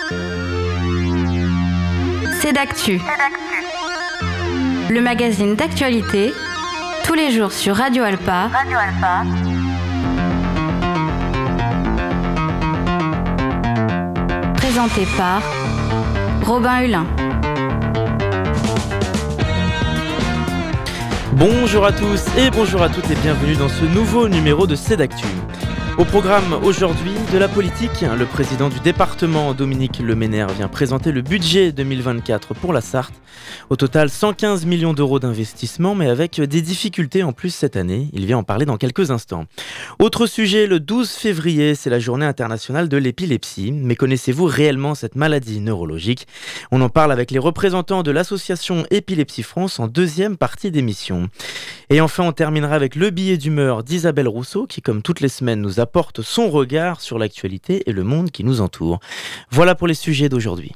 C'est d'actu. Le magazine d'actualité, tous les jours sur Radio Alpa. Présenté par Robin Hulin. Bonjour à tous et bonjour à toutes et bienvenue dans ce nouveau numéro de C'est d'actu. Au programme aujourd'hui, de la politique, le président du département, Dominique Leménaire, vient présenter le budget 2024 pour la Sarthe. Au total, 115 millions d'euros d'investissement, mais avec des difficultés en plus cette année. Il vient en parler dans quelques instants. Autre sujet, le 12 février, c'est la journée internationale de l'épilepsie. Mais connaissez-vous réellement cette maladie neurologique ? On en parle avec les représentants de l'association Épilepsie France en deuxième partie d'émission. Et enfin, on terminera avec le billet d'humeur d'Isabelle Rousseau, qui, comme toutes les semaines, nous apporte son regard sur l'actualité et le monde qui nous entoure. Voilà pour les sujets d'aujourd'hui.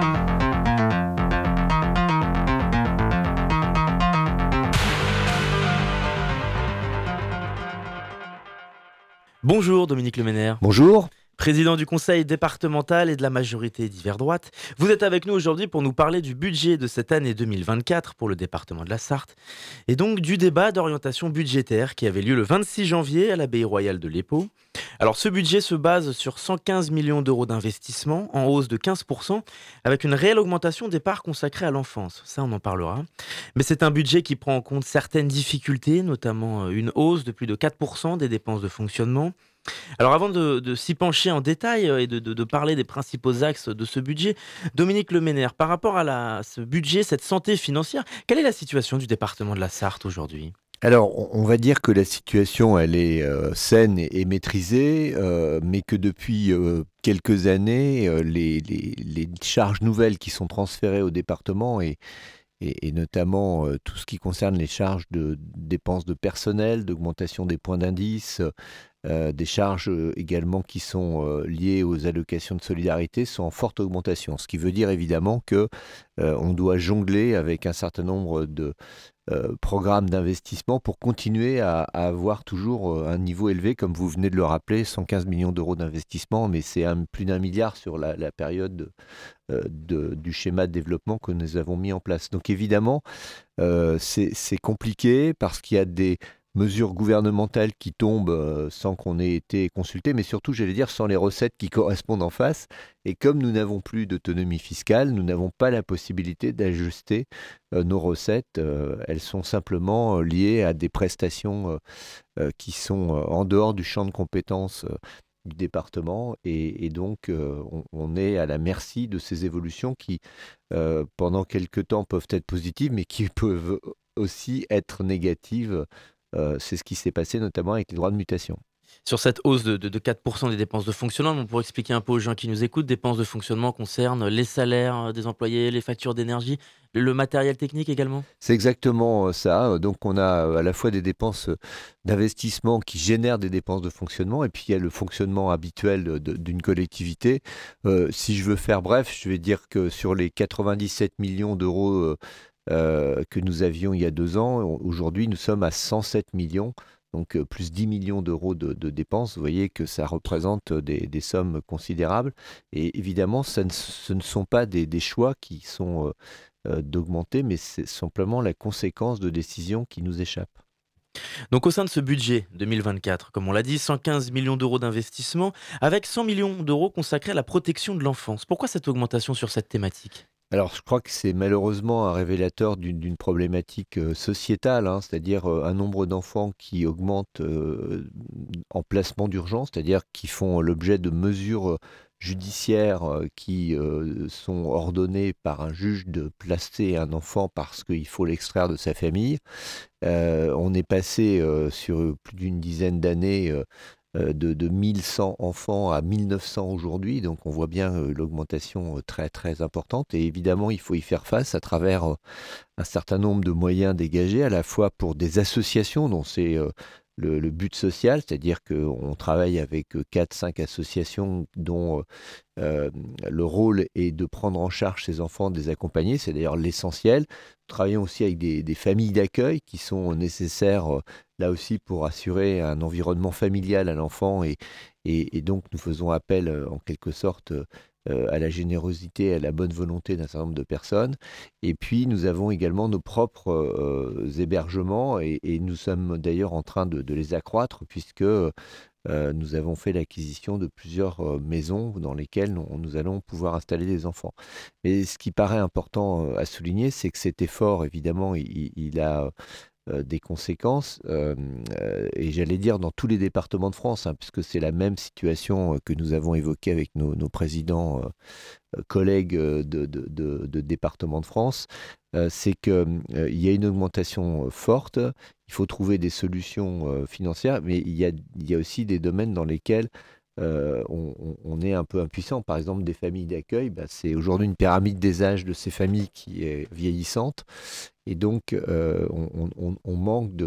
Bonjour Dominique Leménaire. Bonjour. Président du conseil départemental et de la majorité d'hiver droite. Vous êtes avec nous aujourd'hui pour nous parler du budget de cette année 2024 pour le département de la Sarthe et donc du débat d'orientation budgétaire qui avait lieu le 26 janvier à l'abbaye royale de l'Épau. Alors ce budget se base sur 115 millions d'euros d'investissement en hausse de 15% avec une réelle augmentation des parts consacrées à l'enfance. Ça, on en parlera. Mais c'est un budget qui prend en compte certaines difficultés, notamment une hausse de plus de 4% des dépenses de fonctionnement. Alors avant de s'y pencher en détail et de parler des principaux axes de ce budget, Dominique Leménaire, par rapport à ce budget, cette santé financière, quelle est la situation du département de la Sarthe aujourd'hui ? Alors, on va dire que la situation, elle est saine et maîtrisée, mais que depuis quelques années, les charges nouvelles qui sont transférées au département et notamment tout ce qui concerne les charges de dépenses de personnel, d'augmentation des points d'indice, des charges également qui sont liées aux allocations de solidarité sont en forte augmentation. Ce qui veut dire évidemment que on doit jongler avec un certain nombre de programmes d'investissement pour continuer à avoir toujours un niveau élevé, comme vous venez de le rappeler, 115 millions d'euros d'investissement, mais c'est plus d'1 milliard sur la période du schéma de développement que nous avons mis en place. Donc évidemment, c'est compliqué parce qu'il y a des mesures gouvernementales qui tombent sans qu'on ait été consulté, mais surtout, j'allais dire, sans les recettes qui correspondent en face. Et comme nous n'avons plus d'autonomie fiscale, nous n'avons pas la possibilité d'ajuster nos recettes. Elles sont simplement liées à des prestations qui sont en dehors du champ de compétences du département. Et donc, on est à la merci de ces évolutions qui, pendant quelques temps, peuvent être positives, mais qui peuvent aussi être négatives. C'est ce qui s'est passé notamment avec les droits de mutation. Sur cette hausse de 4% des dépenses de fonctionnement, on pourrait expliquer un peu aux gens qui nous écoutent, dépenses de fonctionnement concernent les salaires des employés, les factures d'énergie, le matériel technique également ? C'est exactement ça. Donc on a à la fois des dépenses d'investissement qui génèrent des dépenses de fonctionnement et puis il y a le fonctionnement habituel d'une collectivité. Si je veux faire bref, je vais dire que sur les 97 millions d'euros que nous avions il y a 2 ans. Aujourd'hui, nous sommes à 107 millions, donc plus 10 millions d'euros de dépenses. Vous voyez que ça représente des sommes considérables. Et évidemment, ce ne sont pas des choix qui sont d'augmenter, mais c'est simplement la conséquence de décisions qui nous échappent. Donc au sein de ce budget 2024, comme on l'a dit, 115 millions d'euros d'investissement, avec 100 millions d'euros consacrés à la protection de l'enfance. Pourquoi cette augmentation sur cette thématique ? Alors, je crois que c'est malheureusement un révélateur d'une problématique sociétale, c'est-à-dire un nombre d'enfants qui augmente en placement d'urgence, c'est-à-dire qui font l'objet de mesures judiciaires qui sont ordonnées par un juge de placer un enfant parce qu'il faut l'extraire de sa famille. On est passé sur plus d'une dizaine d'années de 1100 enfants à 1900 aujourd'hui, donc on voit bien l'augmentation très très importante et évidemment il faut y faire face à travers un certain nombre de moyens dégagés à la fois pour des associations dont c'est le but social, c'est-à-dire qu'on travaille avec 4-5 associations dont le rôle est de prendre en charge ces enfants, de les accompagner, c'est d'ailleurs l'essentiel. Nous travaillons aussi avec des familles d'accueil qui sont nécessaires là aussi pour assurer un environnement familial à l'enfant et donc nous faisons appel en quelque sorte à la générosité, à la bonne volonté d'un certain nombre de personnes. Et puis, nous avons également nos propres hébergements et nous sommes d'ailleurs en train de les accroître puisque nous avons fait l'acquisition de plusieurs maisons dans lesquelles nous allons pouvoir installer des enfants. Mais ce qui paraît important à souligner, c'est que cet effort, évidemment, il a des conséquences, et j'allais dire dans tous les départements de France, hein, puisque c'est la même situation que nous avons évoquée avec nos présidents collègues de départements de France, c'est qu'il y a une augmentation forte, il faut trouver des solutions financières, mais il y a aussi des domaines dans lesquels on est un peu impuissant. Par exemple, des familles d'accueil, c'est aujourd'hui une pyramide des âges de ces familles qui est vieillissante. Et donc, on manque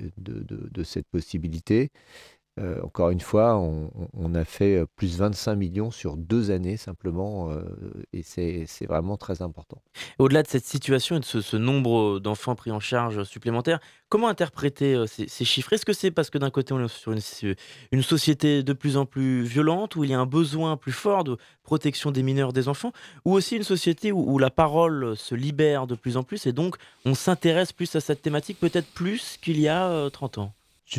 de cette possibilité. Encore une fois, on a fait plus 25 millions sur 2 années simplement, et c'est vraiment très important. Au-delà de cette situation et de ce nombre d'enfants pris en charge supplémentaires, comment interpréter ces chiffres? Est-ce que c'est parce que d'un côté on est sur une société de plus en plus violente, où il y a un besoin plus fort de protection des mineurs, des enfants, ou aussi une société où la parole se libère de plus en plus et donc on s'intéresse plus à cette thématique, peut-être plus qu'il y a 30 ans?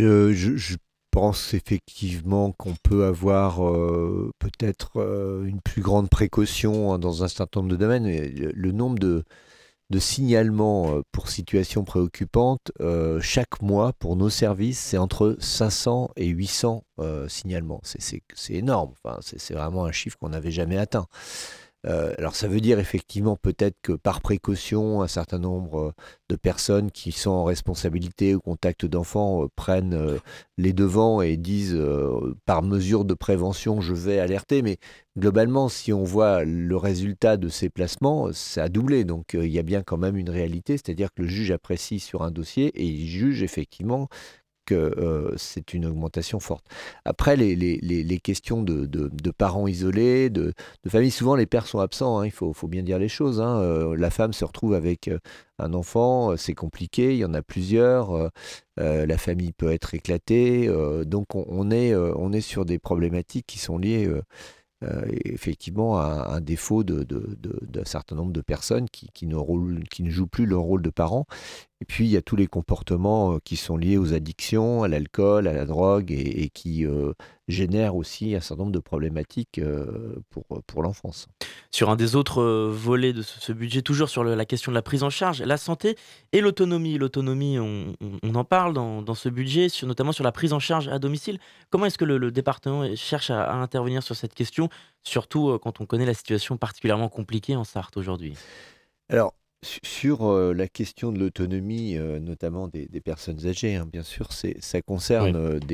Je pense effectivement qu'on peut avoir peut-être une plus grande précaution, hein, dans un certain nombre de domaines. Mais le nombre de signalements pour situations préoccupantes, chaque mois pour nos services, c'est entre 500 et 800 signalements. C'est énorme, enfin, c'est vraiment un chiffre qu'on n'avait jamais atteint. Alors ça veut dire effectivement peut-être que par précaution, un certain nombre de personnes qui sont en responsabilité au contact d'enfants prennent les devants et disent par mesure de prévention je vais alerter, mais globalement si on voit le résultat de ces placements, ça a doublé, donc il y a bien quand même une réalité, c'est-à-dire que le juge apprécie sur un dossier et il juge effectivement que c'est une augmentation forte. Après, les questions de parents isolés, de familles, souvent les pères sont absents, hein, il faut bien dire les choses, hein. La femme se retrouve avec un enfant, c'est compliqué, il y en a plusieurs, la famille peut être éclatée, donc on est sur des problématiques qui sont liées effectivement à un défaut d'un certain nombre de personnes qui ne jouent plus leur rôle de parents. Et puis, il y a tous les comportements qui sont liés aux addictions, à l'alcool, à la drogue, et qui génèrent aussi un certain nombre de problématiques pour l'enfance. Sur un des autres volets de ce budget, toujours sur la question de la prise en charge, la santé et l'autonomie. L'autonomie, on en parle dans ce budget, notamment sur la prise en charge à domicile. Comment est-ce que le département cherche à intervenir sur cette question, surtout quand on connaît la situation particulièrement compliquée en Sarthe aujourd'hui? Alors, sur la question de l'autonomie, notamment des personnes âgées, hein, bien sûr, ça concerne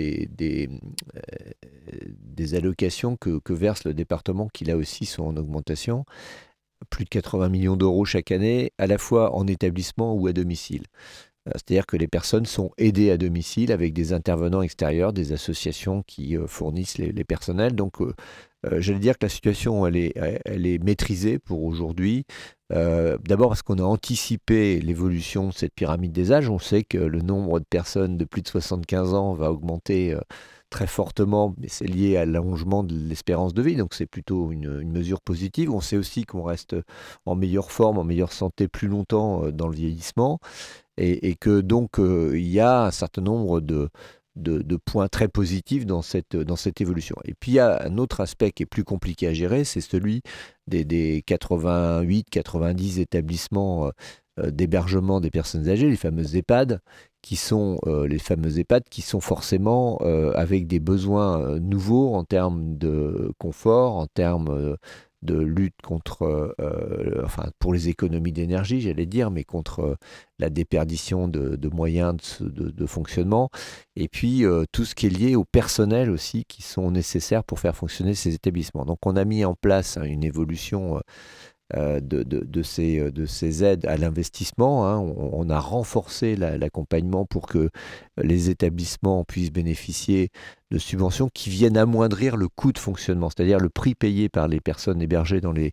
des allocations que verse le département, qui là aussi sont en augmentation. Plus de 80 millions d'euros chaque année, à la fois en établissement ou à domicile. C'est-à-dire que les personnes sont aidées à domicile avec des intervenants extérieurs, des associations qui fournissent les personnels. Donc, j'allais dire que la situation, elle est maîtrisée pour aujourd'hui. D'abord parce qu'on a anticipé l'évolution de cette pyramide des âges. On sait que le nombre de personnes de plus de 75 ans va augmenter très fortement, mais c'est lié à l'allongement de l'espérance de vie. Donc, c'est plutôt une mesure positive. On sait aussi qu'on reste en meilleure forme, en meilleure santé plus longtemps dans le vieillissement. Et que donc il y a un certain nombre de points très positifs dans cette évolution. Et puis il y a un autre aspect qui est plus compliqué à gérer, c'est celui des 88-90 établissements d'hébergement des personnes âgées, les fameux EHPAD, qui sont forcément avec des besoins nouveaux en termes de confort, en termes de lutte contre, pour les économies d'énergie, j'allais dire, mais contre la déperdition de moyens de fonctionnement, et puis tout ce qui est lié au personnel aussi, qui sont nécessaires pour faire fonctionner ces établissements. Donc on a mis en place une évolution de ces aides à l'investissement, hein. On a renforcé l'accompagnement pour que les établissements puissent bénéficier de subventions qui viennent amoindrir le coût de fonctionnement, c'est-à-dire le prix payé par les personnes hébergées dans les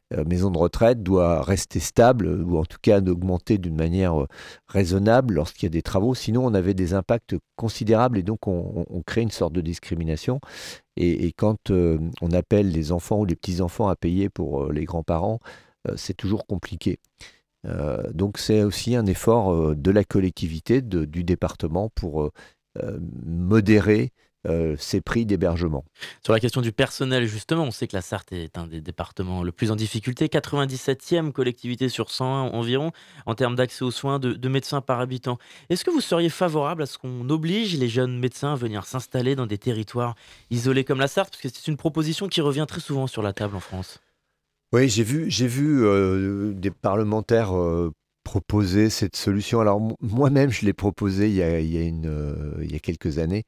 maisons de retraite doit rester stable, ou en tout cas d'augmenter d'une manière raisonnable lorsqu'il y a des travaux. Sinon, on avait des impacts considérables et donc on crée une sorte de discrimination. Et quand on appelle les enfants ou les petits-enfants à payer pour les grands-parents, c'est toujours compliqué. Donc c'est aussi un effort de la collectivité, du département pour modérer ces prix d'hébergement. Sur la question du personnel, justement, on sait que la Sarthe est un des départements le plus en difficulté, 97e collectivité sur 101 environ, en termes d'accès aux soins de médecins par habitant. Est-ce que vous seriez favorable à ce qu'on oblige les jeunes médecins à venir s'installer dans des territoires isolés comme la Sarthe? Parce que c'est une proposition qui revient très souvent sur la table en France. Oui, j'ai vu des parlementaires proposer cette solution. Alors moi-même, je l'ai proposé il y a quelques années.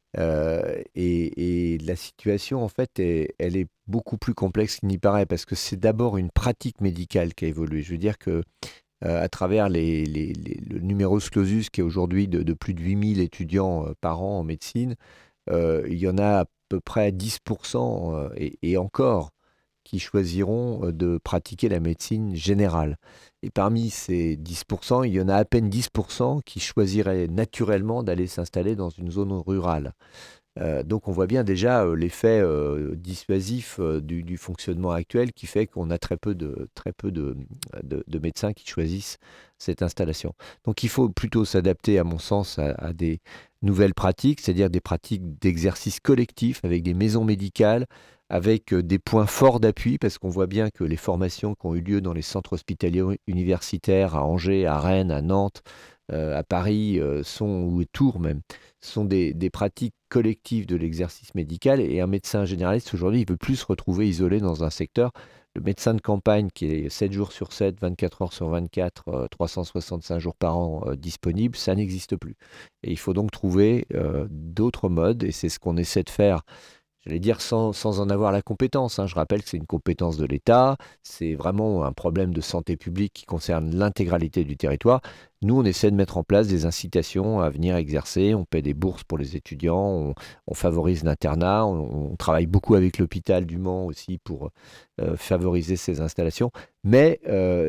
Et la situation, en fait, elle est beaucoup plus complexe qu'il n'y paraît, parce que c'est d'abord une pratique médicale qui a évolué. Je veux dire que à travers le numerus clausus, qui est aujourd'hui de plus de 8000 étudiants par an en médecine, il y en a à peu près 10%, et encore, qui choisiront de pratiquer la médecine générale. Et parmi ces 10%, il y en a à peine 10% qui choisiraient naturellement d'aller s'installer dans une zone rurale. Donc on voit bien déjà l'effet dissuasif du fonctionnement actuel, qui fait qu'on a très peu de médecins qui choisissent cette installation. Donc il faut plutôt s'adapter, à mon sens, à des nouvelles pratiques, c'est-à-dire des pratiques d'exercice collectif avec des maisons médicales, avec des points forts d'appui, parce qu'on voit bien que les formations qui ont eu lieu dans les centres hospitaliers universitaires à Angers, à Rennes, à Nantes, à Paris, ou à Tours même, sont des pratiques collectives de l'exercice médical. Et un médecin généraliste aujourd'hui, il ne veut plus se retrouver isolé dans un secteur. Le médecin de campagne, qui est 7 jours sur 7, 24 heures sur 24, 365 jours par an disponible, ça n'existe plus. Et il faut donc trouver d'autres modes, et c'est ce qu'on essaie de faire. J'allais dire sans en avoir la compétence, hein. Je rappelle que c'est une compétence de l'État, c'est vraiment un problème de santé publique qui concerne l'intégralité du territoire. Nous, on essaie de mettre en place des incitations à venir exercer, on paie des bourses pour les étudiants, on favorise l'internat, on travaille beaucoup avec l'hôpital du Mans aussi pour favoriser ces installations. Mais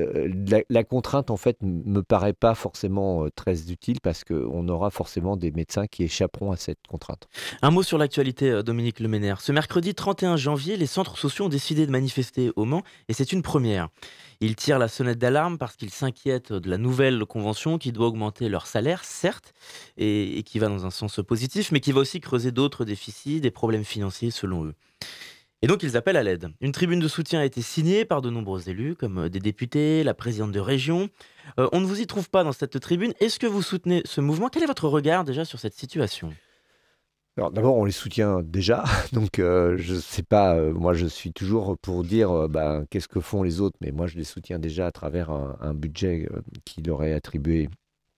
la contrainte, en fait, ne me paraît pas forcément très utile, parce qu'on aura forcément des médecins qui échapperont à cette contrainte. Un mot sur l'actualité, Dominique Leménaire. Ce mercredi 31 janvier, les centres sociaux ont décidé de manifester au Mans, et c'est une première. Ils tirent la sonnette d'alarme parce qu'ils s'inquiètent de la nouvelle convention qui doit augmenter leur salaire, certes, et qui va dans un sens positif, mais qui va aussi creuser d'autres déficits, des problèmes financiers selon eux. Et donc ils appellent à l'aide. Une tribune de soutien a été signée par de nombreux élus, comme des députés, la présidente de région. On ne vous y trouve pas dans cette tribune. Est-ce que vous soutenez ce mouvement? Quel est votre regard déjà sur cette situation? Alors d'abord, on les soutient déjà, donc je sais pas, moi je suis toujours pour dire qu'est-ce que font les autres, mais moi je les soutiens déjà à travers un budget qui leur est attribué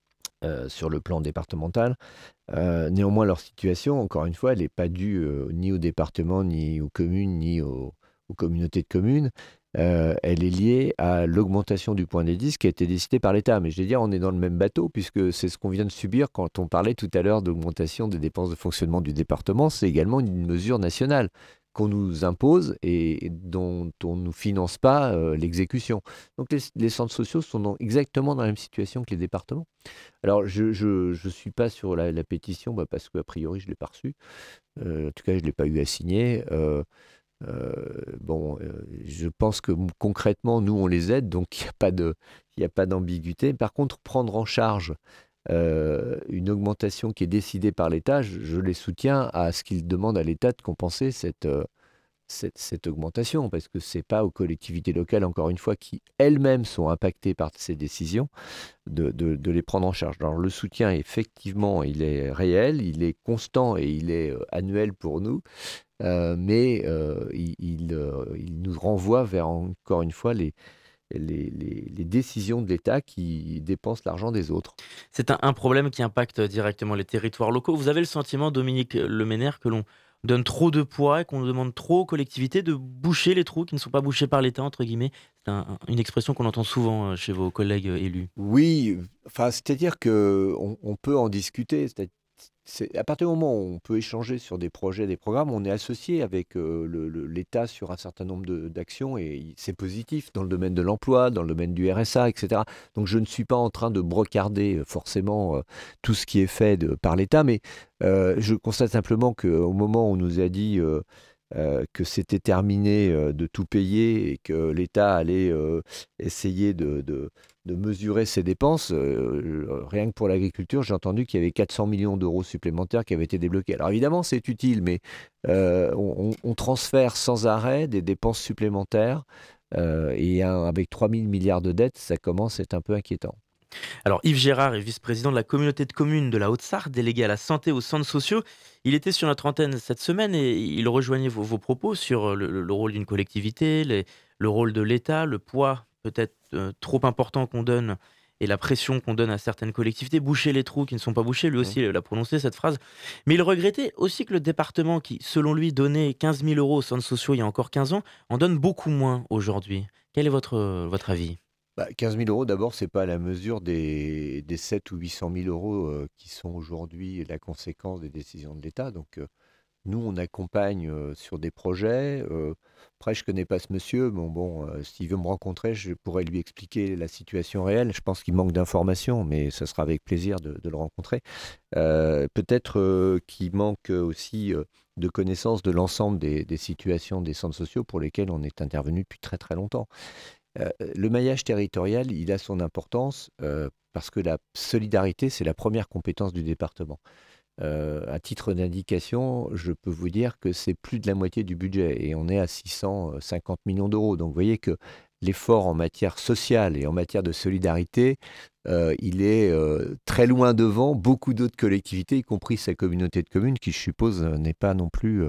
sur le plan départemental. Néanmoins, leur situation, encore une fois, elle n'est pas due ni au département, ni aux communes, ni aux communautés de communes. Elle est liée à l'augmentation du point d'indice qui a été décidée par l'État. Mais je vais dire, on est dans le même bateau, puisque c'est ce qu'on vient de subir quand on parlait tout à l'heure d'augmentation des dépenses de fonctionnement du département. C'est également une mesure nationale qu'on nous impose et dont on ne nous finance pas l'exécution. Donc les centres sociaux sont exactement dans la même situation que les départements. Alors je suis pas sur la pétition, parce qu'a priori je ne l'ai pas reçue. En tout cas, je ne l'ai pas eu à signer. Je pense que concrètement, nous, on les aide, donc il n'y a pas d'ambiguïté. Par contre, prendre en charge une augmentation qui est décidée par l'État, je les soutiens à ce qu'ils demandent à l'État de compenser cette augmentation, parce que ce n'est pas aux collectivités locales, encore une fois, qui elles-mêmes sont impactées par ces décisions, de les prendre en charge. Alors le soutien, effectivement, il est réel, il est constant et il est annuel pour nous, mais il nous renvoie vers, encore une fois, les décisions de l'État qui dépensent l'argent des autres. C'est un problème qui impacte directement les territoires locaux. Vous avez le sentiment, Dominique Leménaire, que l'on donne trop de poids et qu'on demande trop aux collectivités de boucher les trous qui ne sont pas bouchés par l'État, entre guillemets? C'est une expression qu'on entend souvent chez vos collègues élus. Oui, enfin, c'est-à-dire qu'on peut en discuter. À partir du moment où on peut échanger sur des projets, des programmes, on est associé avec l'État sur un certain nombre d'actions et c'est positif dans le domaine de l'emploi, dans le domaine du RSA, etc. Donc je ne suis pas en train de brocarder forcément tout ce qui est fait par l'État, mais je constate simplement qu'au moment où on nous a dit que c'était terminé de tout payer et que l'État allait essayer de mesurer ses dépenses. Rien que pour l'agriculture, j'ai entendu qu'il y avait 400 millions d'euros supplémentaires qui avaient été débloqués. Alors évidemment, c'est utile, mais on transfère sans arrêt des dépenses supplémentaires avec 3 000 milliards de dettes, ça commence à être un peu inquiétant. Alors Yves Gérard est vice-président de la communauté de communes de la Haute-Sarthe, délégué à la santé aux centres sociaux. Il était sur notre antenne cette semaine et il rejoignait vos propos sur le rôle d'une collectivité, le rôle de l'État, le poids peut-être trop important qu'on donne et la pression qu'on donne à certaines collectivités, boucher les trous qui ne sont pas bouchés, lui aussi l'a prononcé cette phrase. Mais il regrettait aussi que le département qui, selon lui, donnait 15 000 euros aux centres sociaux il y a encore 15 ans, en donne beaucoup moins aujourd'hui. Quel est votre avis ? 15 000 euros, d'abord, ce n'est pas à la mesure des 700 ou 800 000 euros qui sont aujourd'hui la conséquence des décisions de l'État. Donc, nous, on accompagne sur des projets. Après, je ne connais pas ce monsieur. S'il veut me rencontrer, je pourrais lui expliquer la situation réelle. Je pense qu'il manque d'informations, mais ce sera avec plaisir de le rencontrer. Peut-être qu'il manque aussi de connaissance de l'ensemble des situations des centres sociaux pour lesquels on est intervenu depuis très très longtemps. Le maillage territorial, il a son importance parce que la solidarité, c'est la première compétence du département. À titre d'indication, je peux vous dire que c'est plus de la moitié du budget et on est à 650 millions d'euros. Donc vous voyez que l'effort en matière sociale et en matière de solidarité, il est très loin devant beaucoup d'autres collectivités, y compris sa communauté de communes, qui je suppose n'est pas non plus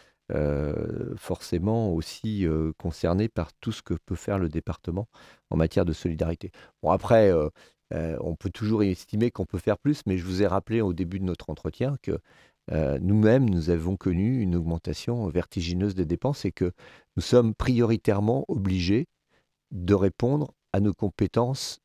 forcément aussi concerné par tout ce que peut faire le département en matière de solidarité. Bon, après, on peut toujours estimer qu'on peut faire plus, mais je vous ai rappelé au début de notre entretien que nous-mêmes, nous avons connu une augmentation vertigineuse des dépenses et que nous sommes prioritairement obligés de répondre à nos compétences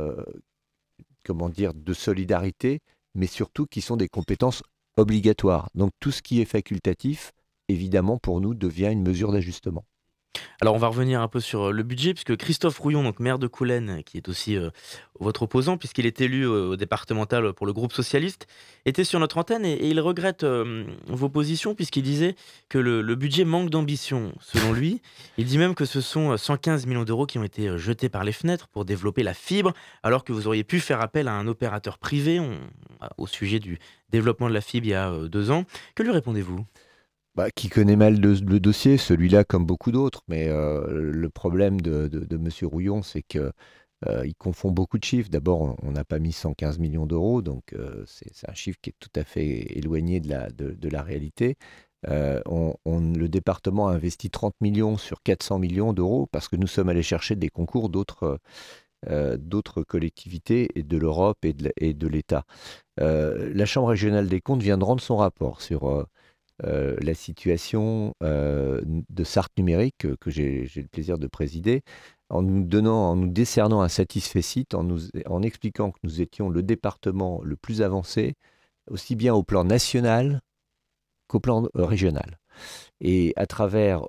de solidarité, mais surtout qui sont des compétences obligatoires. Donc tout ce qui est facultatif, évidemment, pour nous, devient une mesure d'ajustement. Alors on va revenir un peu sur le budget, puisque Christophe Rouillon, donc maire de Coulennes, qui est aussi votre opposant, puisqu'il est élu au départemental pour le groupe socialiste, était sur notre antenne et il regrette vos positions, puisqu'il disait que le budget manque d'ambition, selon lui. Il dit même que ce sont 115 millions d'euros qui ont été jetés par les fenêtres pour développer la fibre, alors que vous auriez pu faire appel à un opérateur privé au sujet du développement de la fibre il y a 2 ans. Que lui répondez-vous ? Qui connaît mal le dossier, celui-là comme beaucoup d'autres, mais le problème de M. Rouillon, c'est qu'il confond beaucoup de chiffres. D'abord, on n'a pas mis 115 millions d'euros, donc c'est un chiffre qui est tout à fait éloigné de la réalité. Le département a investi 30 millions sur 400 millions d'euros parce que nous sommes allés chercher des concours d'autres collectivités et de l'Europe et de l'État. La Chambre régionale des comptes vient de rendre son rapport sur la situation de Sarthe numérique que j'ai le plaisir de présider, en nous décernant un satisfecit, en expliquant que nous étions le département le plus avancé, aussi bien au plan national qu'au plan régional. Et à travers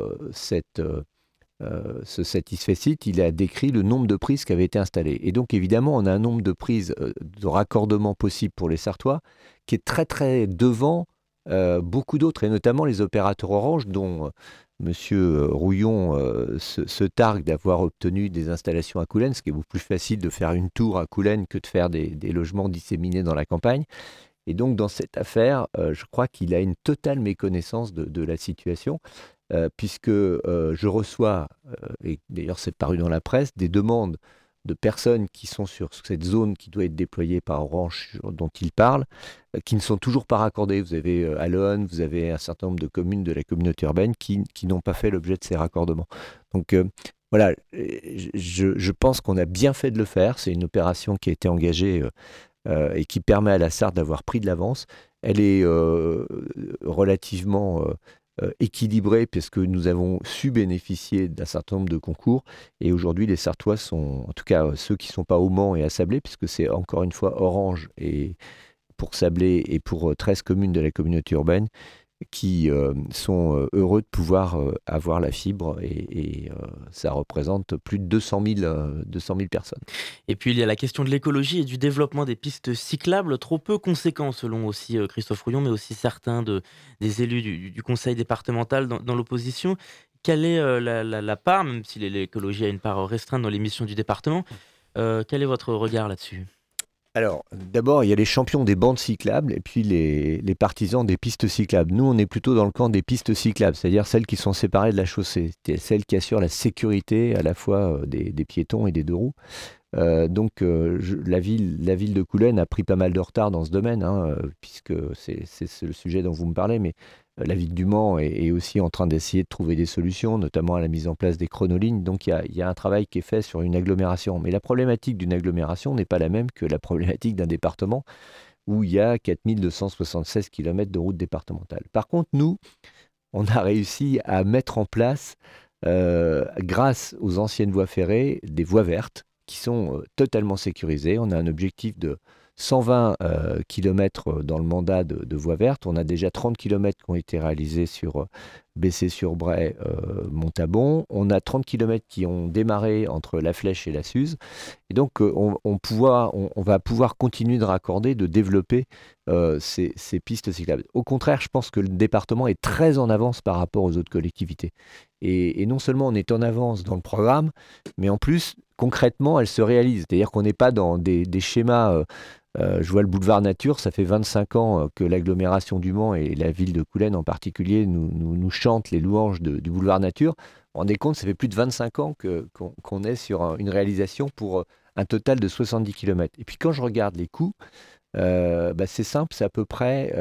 ce satisfecit, il a décrit le nombre de prises qui avaient été installées. Et donc évidemment, on a un nombre de prises de raccordement possible pour les Sarthois qui est très très devant beaucoup d'autres, et notamment les opérateurs Orange, dont M. Rouillon se targue d'avoir obtenu des installations à Coulennes, ce qui est beaucoup plus facile de faire une tour à Coulennes que de faire des logements disséminés dans la campagne. Et donc dans cette affaire, je crois qu'il a une totale méconnaissance de la situation, puisque je reçois, et d'ailleurs c'est paru dans la presse, des demandes de personnes qui sont sur cette zone qui doit être déployée par Orange, dont il parle, qui ne sont toujours pas raccordées. Vous avez Allonne, vous avez un certain nombre de communes de la communauté urbaine qui n'ont pas fait l'objet de ces raccordements. Donc voilà, je pense qu'on a bien fait de le faire. C'est une opération qui a été engagée et qui permet à la Sarthe d'avoir pris de l'avance. Elle est relativement équilibré puisque nous avons su bénéficier d'un certain nombre de concours et aujourd'hui les Sarthois sont, en tout cas ceux qui ne sont pas au Mans et à Sablé, puisque c'est encore une fois Orange et pour Sablé et pour 13 communes de la communauté urbaine qui sont heureux de pouvoir avoir la fibre et ça représente plus de 200 000 personnes. Et puis il y a la question de l'écologie et du développement des pistes cyclables, trop peu conséquents selon aussi Christophe Rouillon, mais aussi certains des élus du conseil départemental dans l'opposition. Quelle est la part, même si l'écologie a une part restreinte dans les missions du département, quel est votre regard là-dessus ? Alors, d'abord, il y a les champions des bandes cyclables et puis les partisans des pistes cyclables. Nous, on est plutôt dans le camp des pistes cyclables, c'est-à-dire celles qui sont séparées de la chaussée, celles qui assurent la sécurité à la fois des piétons et des deux roues. Donc, la ville de Coulennes a pris pas mal de retard dans ce domaine, puisque c'est le sujet dont vous me parlez, mais la ville du Mans est aussi en train d'essayer de trouver des solutions, notamment à la mise en place des chronolignes. Donc, il y a un travail qui est fait sur une agglomération. Mais la problématique d'une agglomération n'est pas la même que la problématique d'un département où il y a 4276 km de routes départementales. Par contre, nous, on a réussi à mettre en place, grâce aux anciennes voies ferrées, des voies vertes qui sont totalement sécurisées. On a un objectif de 120 km dans le mandat de voies vertes. On a déjà 30 km qui ont été réalisés sur Bessé-sur-Bray, Montabon. On a 30 km qui ont démarré entre La Flèche et la Suze. Et donc, on va pouvoir continuer de raccorder, de développer ces pistes cyclables. Au contraire, je pense que le département est très en avance par rapport aux autres collectivités. Et non seulement on est en avance dans le programme, mais en plus, concrètement, elle se réalise. C'est-à-dire qu'on n'est pas dans des schémas... je vois le boulevard Nature, ça fait 25 ans que l'agglomération du Mans et la ville de Coulennes en particulier nous chantent les louanges du boulevard Nature. Vous vous rendez compte, ça fait plus de 25 ans qu'on est sur une réalisation pour un total de 70 km. Et puis quand je regarde les coûts, c'est simple, c'est à peu près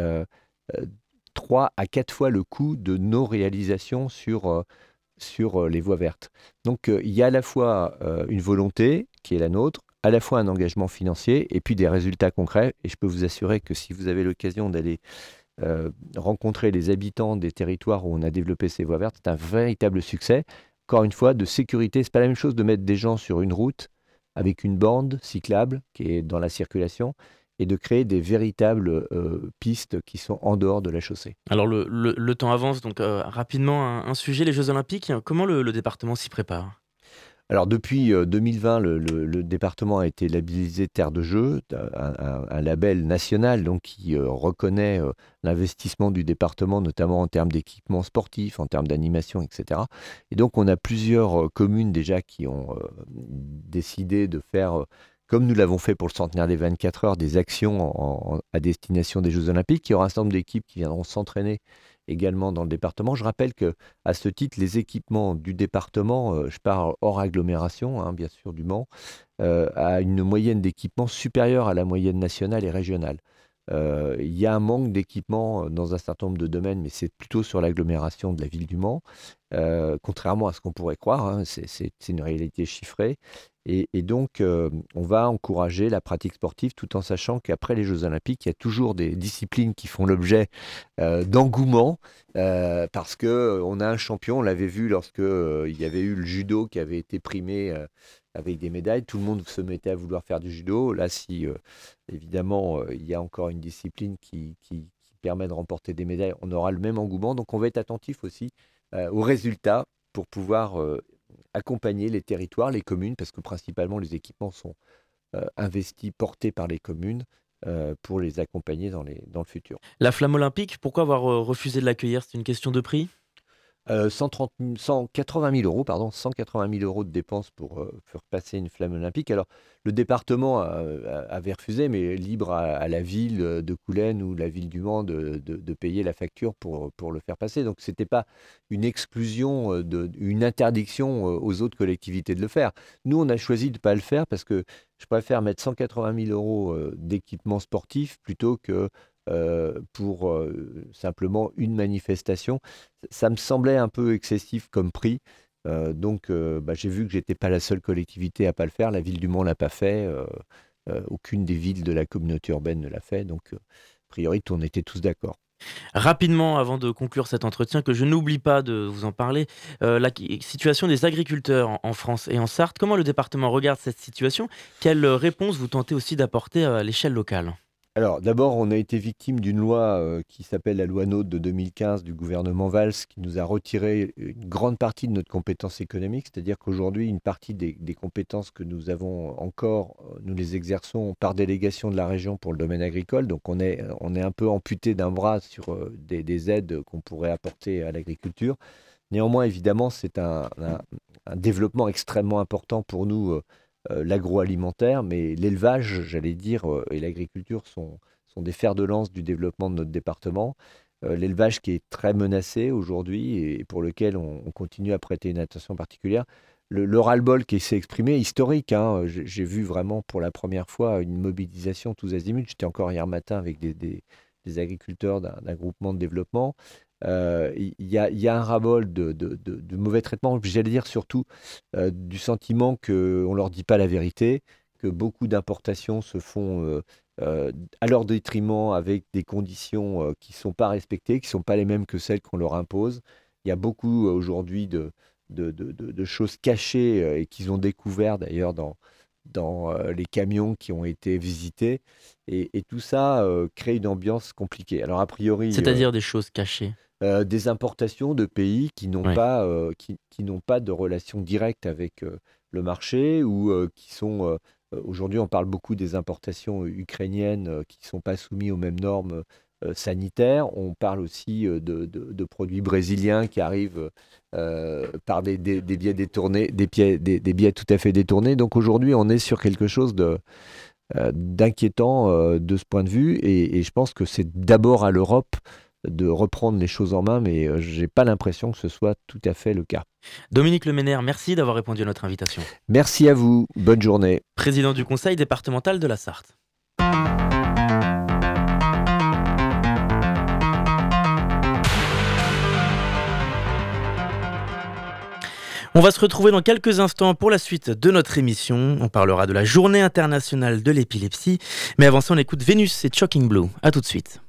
3 à 4 fois le coût de nos réalisations sur les voies vertes. Donc il y a à la fois une volonté qui est la nôtre, à la fois un engagement financier et puis des résultats concrets. Et je peux vous assurer que si vous avez l'occasion d'aller rencontrer les habitants des territoires où on a développé ces voies vertes, c'est un véritable succès. Encore une fois, de sécurité, c'est pas la même chose de mettre des gens sur une route avec une bande cyclable qui est dans la circulation et de créer des véritables pistes qui sont en dehors de la chaussée. Alors le temps avance, donc rapidement un sujet, les Jeux Olympiques. Comment le département s'y prépare ? Alors depuis 2020, le département a été labellisé Terre de Jeux, un label national donc, qui reconnaît l'investissement du département, notamment en termes d'équipements sportifs, en termes d'animation, etc. Et donc on a plusieurs communes déjà qui ont décidé de faire, comme nous l'avons fait pour le centenaire des 24 heures, des actions à destination des Jeux Olympiques. Il y aura un certain nombre d'équipes qui viendront s'entraîner également dans le département. Je rappelle que à ce titre, les équipements du département, je parle hors agglomération, bien sûr du Mans, a une moyenne d'équipement supérieure à la moyenne nationale et régionale. Il y a un manque d'équipement dans un certain nombre de domaines, mais c'est plutôt sur l'agglomération de la ville du Mans, contrairement à ce qu'on pourrait croire, c'est une réalité chiffrée. Et donc, on va encourager la pratique sportive tout en sachant qu'après les Jeux Olympiques, il y a toujours des disciplines qui font l'objet d'engouement parce qu'on a un champion. On l'avait vu lorsque il y avait eu le judo qui avait été primé avec des médailles. Tout le monde se mettait à vouloir faire du judo. Là, si évidemment il y a encore une discipline qui permet de remporter des médailles, on aura le même engouement. Donc, on va être attentif aussi aux résultats pour pouvoir accompagner les territoires, les communes, parce que principalement les équipements sont investis, portés par les communes pour les accompagner dans le futur. La flamme olympique, pourquoi avoir refusé de l'accueillir ? C'est une question de prix ? 180 000 euros, 180 000 euros de dépenses pour faire passer une flamme olympique. Alors, le département avait refusé, mais libre à la ville de Coulennes ou la ville du Mans de payer la facture pour le faire passer. Donc, ce n'était pas une exclusion, une interdiction aux autres collectivités de le faire. Nous, on a choisi de ne pas le faire parce que je préfère mettre 180 000 euros d'équipement sportif plutôt que pour simplement une manifestation. Ça me semblait un peu excessif comme prix. Donc, j'ai vu que j'étais pas la seule collectivité à pas le faire. La ville du Mans l'a pas fait. Aucune des villes de la communauté urbaine ne l'a fait. Donc, a priori, on était tous d'accord. Rapidement, avant de conclure cet entretien, que je n'oublie pas de vous en parler, la situation des agriculteurs en France et en Sarthe. Comment le département regarde cette situation ? Quelle réponse vous tentez aussi d'apporter à l'échelle locale ? Alors, d'abord, on a été victime d'une loi qui s'appelle la loi NOTE de 2015 du gouvernement Valls, qui nous a retiré une grande partie de notre compétence économique. C'est-à-dire qu'aujourd'hui, une partie des compétences que nous avons encore, nous les exerçons par délégation de la région pour le domaine agricole. Donc, on est un peu amputé d'un bras sur des aides qu'on pourrait apporter à l'agriculture. Néanmoins, évidemment, c'est un développement extrêmement important pour nous, l'agroalimentaire, mais l'élevage, j'allais dire, et l'agriculture sont des fers de lance du développement de notre département. L'élevage qui est très menacé aujourd'hui et pour lequel on continue à prêter une attention particulière. Le ras-le-bol qui s'est exprimé est historique, hein. J'ai vu vraiment pour la première fois une mobilisation tous azimuts. J'étais encore hier matin avec des agriculteurs d'un groupement de développement. Il y a un ras-bol de mauvais traitements, puis j'allais dire surtout du sentiment qu'on ne leur dit pas la vérité, que beaucoup d'importations se font à leur détriment avec des conditions qui ne sont pas respectées, qui ne sont pas les mêmes que celles qu'on leur impose. Il y a beaucoup aujourd'hui de choses cachées et qu'ils ont découvert d'ailleurs dans les camions qui ont été visités. Et tout ça crée une ambiance compliquée. Alors a priori... C'est-à-dire des choses cachées. Des importations de pays qui n'ont pas, qui n'ont pas de relation directe avec le marché ou qui sont... aujourd'hui, on parle beaucoup des importations ukrainiennes qui ne sont pas soumises aux mêmes normes sanitaires. On parle aussi de produits brésiliens qui arrivent par des biais détournés, des biais tout à fait détournés. Donc aujourd'hui, on est sur quelque chose d'inquiétant de ce point de vue. Et je pense que c'est d'abord à l'Europe de reprendre les choses en main, mais je n'ai pas l'impression que ce soit tout à fait le cas. Dominique Leménaire, merci d'avoir répondu à notre invitation. Merci à vous, bonne journée. Président du conseil départemental de la Sarthe. On va se retrouver dans quelques instants pour la suite de notre émission. On parlera de la journée internationale de l'épilepsie. Mais avant ça, on écoute Vénus et Shocking Blue. A tout de suite.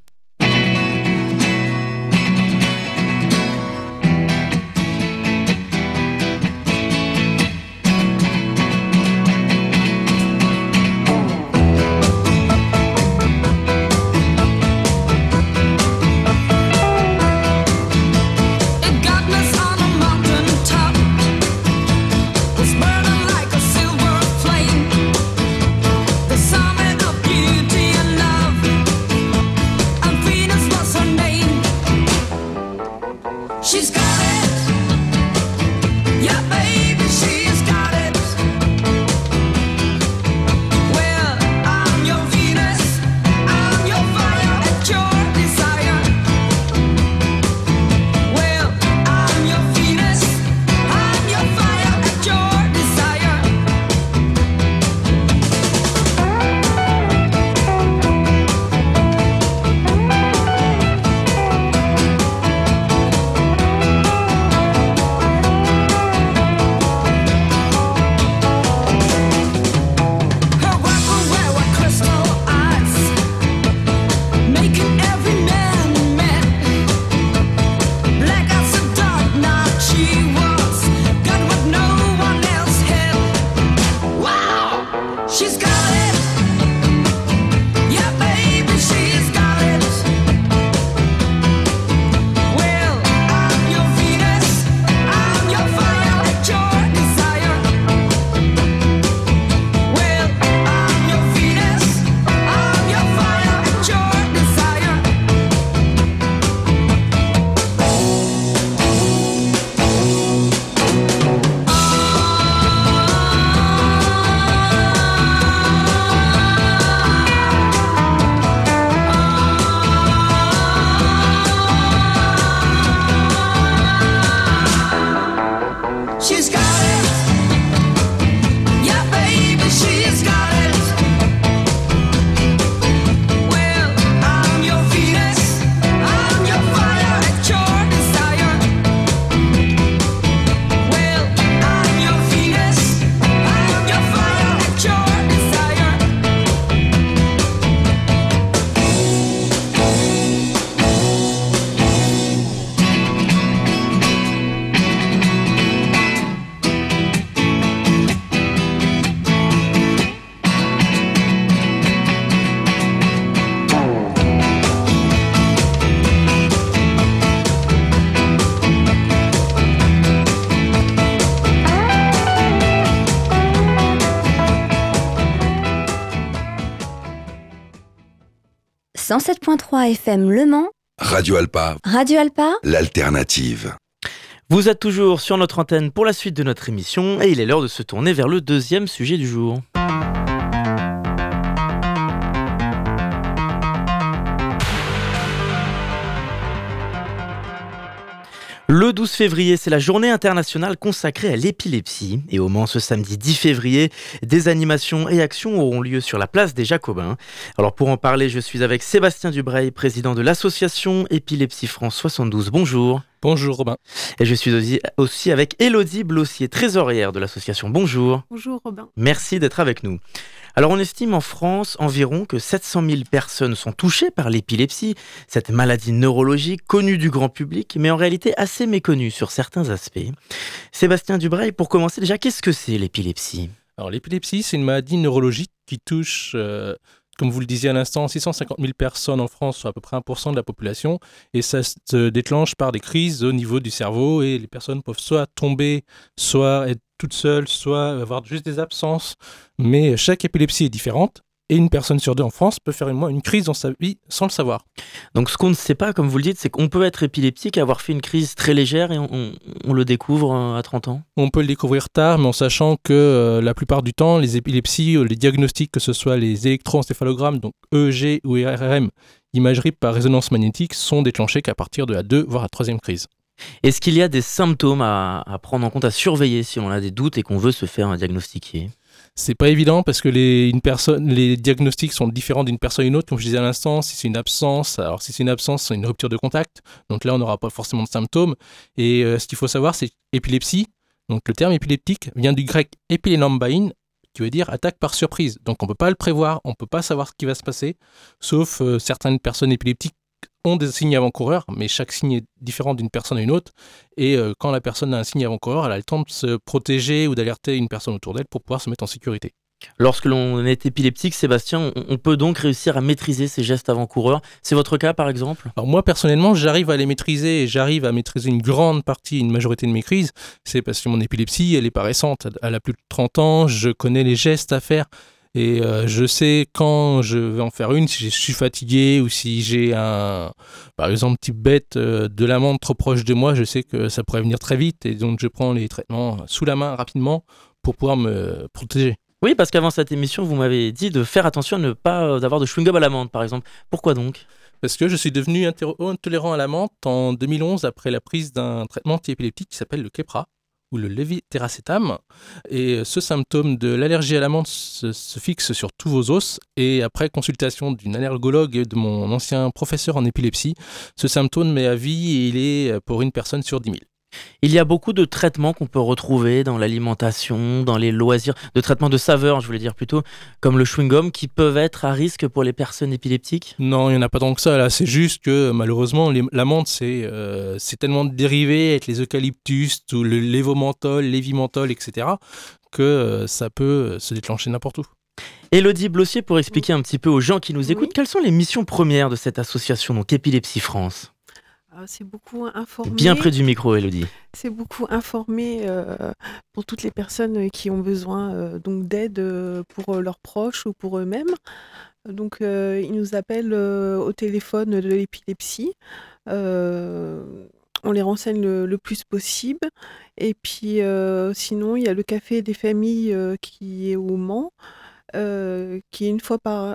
107.3 FM Le Mans. Radio Alpa. Radio Alpa. L'alternative. Vous êtes toujours sur notre antenne pour la suite de notre émission et il est l'heure de se tourner vers le deuxième sujet du jour. Le 12 février, c'est la journée internationale consacrée à l'épilepsie. Et au Mans, ce samedi 10 février, des animations et actions auront lieu sur la place des Jacobins. Alors pour en parler, je suis avec Sébastien Dubreil, président de l'association Épilepsie France 72. Bonjour. Bonjour Robin. Et je suis aussi avec Élodie Blossier, trésorière de l'association. Bonjour. Bonjour Robin. Merci d'être avec nous. Alors on estime en France environ que 700 000 personnes sont touchées par l'épilepsie, cette maladie neurologique connue du grand public, mais en réalité assez méconnue sur certains aspects. Sébastien Dubreil, pour commencer déjà, qu'est-ce que c'est l'épilepsie ? Alors l'épilepsie, c'est une maladie neurologique qui touche, comme vous le disiez à l'instant, 650 000 personnes en France, soit à peu près 1% de la population, et ça se déclenche par des crises au niveau du cerveau, et les personnes peuvent soit tomber, soit être toutes seules, soit avoir juste des absences, mais chaque épilepsie est différente, et une personne sur deux en France peut faire une crise dans sa vie sans le savoir. Donc ce qu'on ne sait pas, comme vous le dites, c'est qu'on peut être épileptique et avoir fait une crise très légère et on le découvre à 30 ans ? On peut le découvrir tard, mais en sachant que la plupart du temps, les épilepsies, les diagnostics, que ce soit les électroencéphalogrammes, donc EEG ou IRM, imagerie par résonance magnétique, sont déclenchés qu'à partir de la 2, voire la 3e crise. Est-ce qu'il y a des symptômes à prendre en compte, à surveiller si on a des doutes et qu'on veut se faire diagnostiquer ? C'est pas évident parce que les diagnostics sont différents d'une personne à une autre. Comme je disais à l'instant, si c'est une absence, c'est une rupture de contact. Donc là, on n'aura pas forcément de symptômes. Et ce qu'il faut savoir, c'est épilepsie. Donc le terme épileptique vient du grec epilenombain, qui veut dire attaque par surprise. Donc on ne peut pas le prévoir, on ne peut pas savoir ce qui va se passer, sauf certaines personnes épileptiques ont des signes avant-coureurs, mais chaque signe est différent d'une personne à une autre. Et quand la personne a un signe avant-coureur, elle a le temps de se protéger ou d'alerter une personne autour d'elle pour pouvoir se mettre en sécurité. Lorsque l'on est épileptique, Sébastien, on peut donc réussir à maîtriser ces gestes avant-coureurs. C'est votre cas, par exemple ? Alors moi, personnellement, j'arrive à les maîtriser et j'arrive à maîtriser une grande partie, une majorité de mes crises. C'est parce que mon épilepsie, elle n'est pas récente. Elle a plus de 30 ans, je connais les gestes à faire. Et je sais quand je vais en faire une, si je suis fatigué ou si j'ai par exemple, type bête de l'amande trop proche de moi, je sais que ça pourrait venir très vite et donc je prends les traitements sous la main rapidement pour pouvoir me protéger. Oui, parce qu'avant cette émission, vous m'avez dit de faire attention à ne pas avoir de chewing-gum à l'amande, par exemple. Pourquoi donc ? Parce que je suis devenu intolérant à la menthe en 2011 après la prise d'un traitement anti-épileptique qui s'appelle le Keppra ou le lévétiracétam. Et ce symptôme de l'allergie à la menthe se fixe sur tous vos os. Et après consultation d'une allergologue et de mon ancien professeur en épilepsie, ce symptôme met à vie et il est pour une personne sur 10 000. Il y a beaucoup de traitements qu'on peut retrouver dans l'alimentation, dans les loisirs, de traitements de saveur, je voulais dire plutôt, comme le chewing-gum, qui peuvent être à risque pour les personnes épileptiques ? Non, il n'y en a pas tant que ça, là. C'est juste que, malheureusement, la menthe, c'est tellement dérivé avec les eucalyptus, ou le lévomenthol, lévimenthol, etc., que ça peut se déclencher n'importe où. Élodie Blossier, pour expliquer un petit peu aux gens qui nous écoutent, quelles sont les missions premières de cette association, donc Épilepsie France ? C'est beaucoup informer. Bien près du micro, Élodie. C'est beaucoup informer pour toutes les personnes qui ont besoin donc d'aide pour leurs proches ou pour eux-mêmes. Donc, ils nous appellent au téléphone de l'épilepsie. On les renseigne le plus possible. Et puis, sinon, il y a le Café des familles qui est au Mans, qui est une fois par